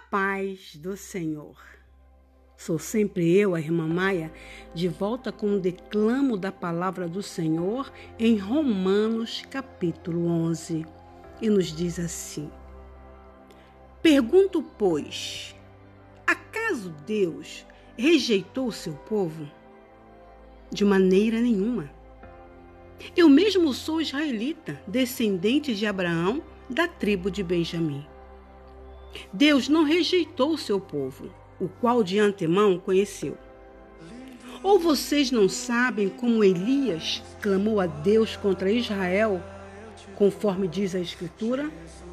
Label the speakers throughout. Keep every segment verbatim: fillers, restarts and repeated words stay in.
Speaker 1: paz do Senhor. Sou sempre eu, a irmã Maia, de volta com o declamo da palavra do Senhor em Romanos capítulo onze. E nos diz assim: Pergunto, pois, acaso Deus rejeitou o seu povo? De maneira nenhuma. Eu mesmo sou israelita, descendente de Abraão, da tribo de Benjamim. Deus não rejeitou o seu povo, o qual de antemão conheceu. Ou vocês não sabem como Elias clamou a Deus contra Israel, conforme diz a Escritura?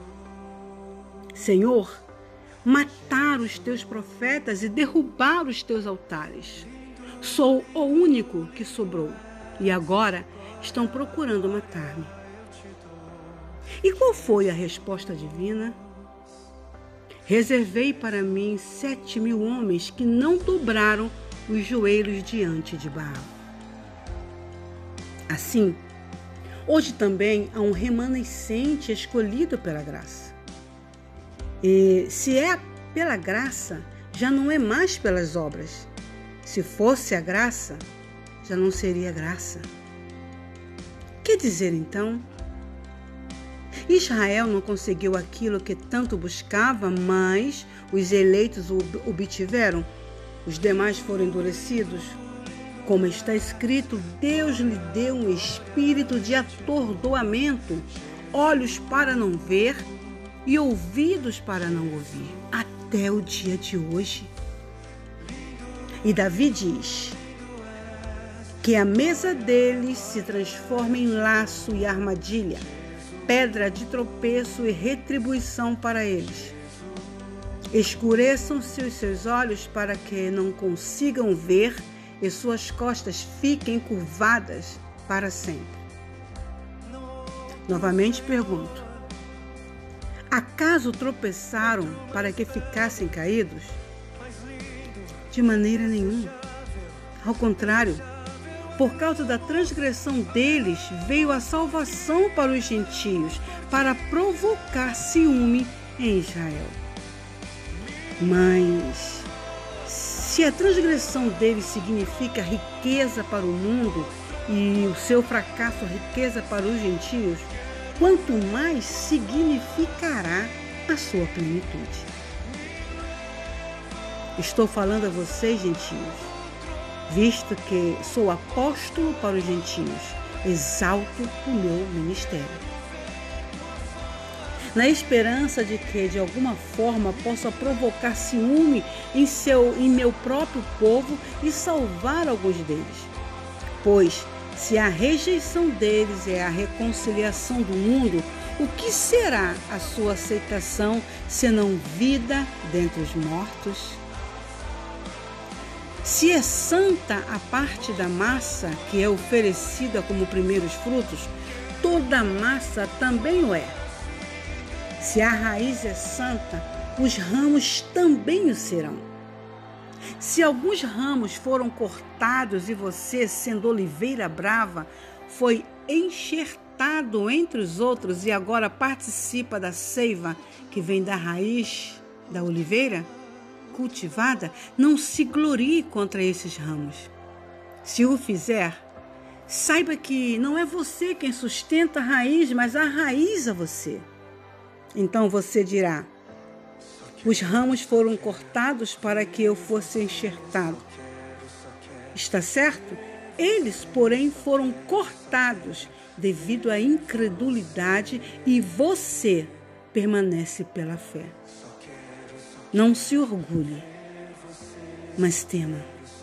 Speaker 1: Senhor, mataram os teus profetas e derrubaram os teus altares. Sou o único que sobrou, e agora estão procurando matar-me. E qual foi a resposta divina? Reservei para mim sete mil homens que não dobraram os joelhos diante de Baal. Assim, hoje também há um remanescente escolhido pela graça. E se é pela graça, já não é mais pelas obras. Se fosse a graça, já não seria graça. Quer dizer, então, Israel não conseguiu aquilo que tanto buscava, mas os eleitos o obtiveram. Os demais foram endurecidos. Como está escrito, Deus lhe deu um espírito de atordoamento, olhos para não ver e ouvidos para não ouvir, até o dia de hoje. E Davi diz que a mesa deles se transforma em laço e armadilha, pedra de tropeço e retribuição para eles. Escureçam-se os seus olhos para que não consigam ver e suas costas fiquem curvadas para sempre. Novamente pergunto: acaso tropeçaram para que ficassem caídos? De maneira nenhuma. Ao contrário, por causa da transgressão deles, veio a salvação para os gentios, para provocar ciúme em Israel. Mas, se a transgressão deles significa riqueza para o mundo e o seu fracasso riqueza para os gentios, quanto mais significará a sua plenitude. Estou falando a vocês, gentios, visto que sou apóstolo para os gentios, exalto o meu ministério, na esperança de que, de alguma forma, possa provocar ciúme em, seu, em meu próprio povo e salvar alguns deles. Pois, se a rejeição deles é a reconciliação do mundo, o que será a sua aceitação, senão vida dentre os mortos? Se é santa a parte da massa que é oferecida como primeiros frutos, toda a massa também o é. Se a raiz é santa, os ramos também o serão. Se alguns ramos foram cortados e você, sendo oliveira brava, foi enxertado entre os outros e agora participa da seiva que vem da raiz da oliveira cultivada, não se glorie contra esses ramos. Se o fizer, saiba que não é você quem sustenta a raiz, mas a raiz a você. Então você dirá: os ramos foram cortados para que eu fosse enxertado. Está certo? Eles, porém, foram cortados devido à incredulidade e você permanece pela fé. Não se orgulhe, mas tema.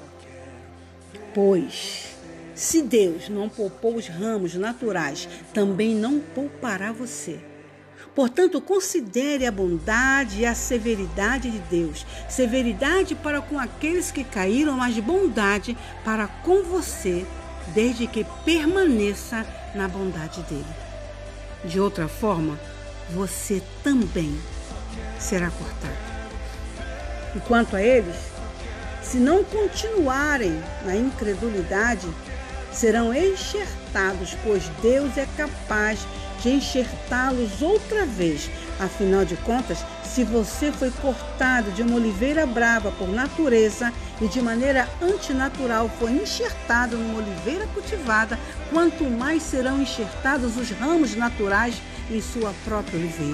Speaker 1: Pois, se Deus não poupou os ramos naturais, também não poupará você. Portanto, considere a bondade e a severidade de Deus. Severidade para com aqueles que caíram, mas bondade para com você, desde que permaneça na bondade dele. De outra forma, você também será cortado. E quanto a eles, se não continuarem na incredulidade, serão enxertados, pois Deus é capaz de enxertá-los outra vez, Afinal de contas, se você foi cortado de uma oliveira brava por natureza e de maneira antinatural foi enxertado numa oliveira cultivada, quanto mais serão enxertados os ramos naturais em sua própria oliveira.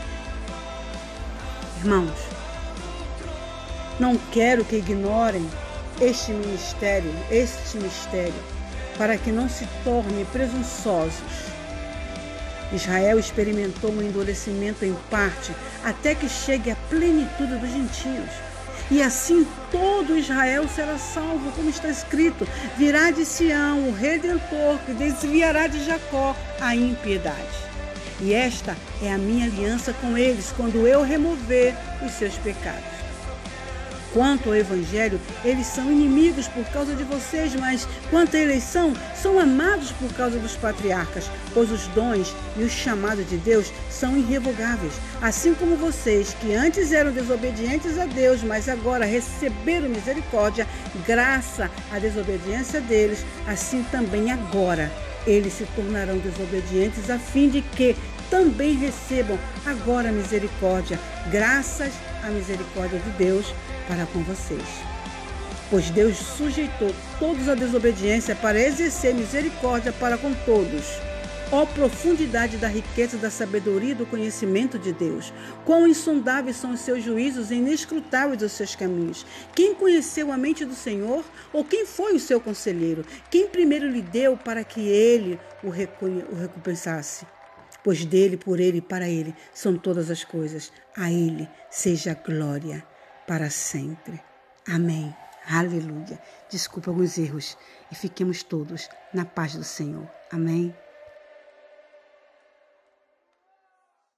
Speaker 1: Irmãos, não quero que ignorem este ministério, este mistério, para que não se tornem presunçosos. Israel experimentou um endurecimento em parte, até que chegue à plenitude dos gentios. E assim todo Israel será salvo, como está escrito: virá de Sião o Redentor, que desviará de Jacó a impiedade. E esta é a minha aliança com eles, quando eu remover os seus pecados. Quanto ao Evangelho, eles são inimigos por causa de vocês, mas quanto à eleição, são amados por causa dos patriarcas, pois os dons e o chamado de Deus são irrevogáveis. Assim como vocês, que antes eram desobedientes a Deus, mas agora receberam misericórdia, graças à desobediência deles, assim também agora eles se tornarão desobedientes, a fim de que também recebam agora misericórdia, graças à misericórdia de Deus para com vocês. Pois Deus sujeitou todos à desobediência para exercer misericórdia para com todos. Ó profundidade da riqueza, da sabedoria e do conhecimento de Deus! Quão insondáveis são os seus juízos e inescrutáveis os seus caminhos! Quem conheceu a mente do Senhor? Ou quem foi o seu conselheiro? Quem primeiro lhe deu para que ele o, o recompensasse? Pois dele, por ele e para ele são todas as coisas. A ele seja a glória para sempre. Amém. Aleluia. Desculpa alguns erros e fiquemos todos na paz do Senhor. Amém.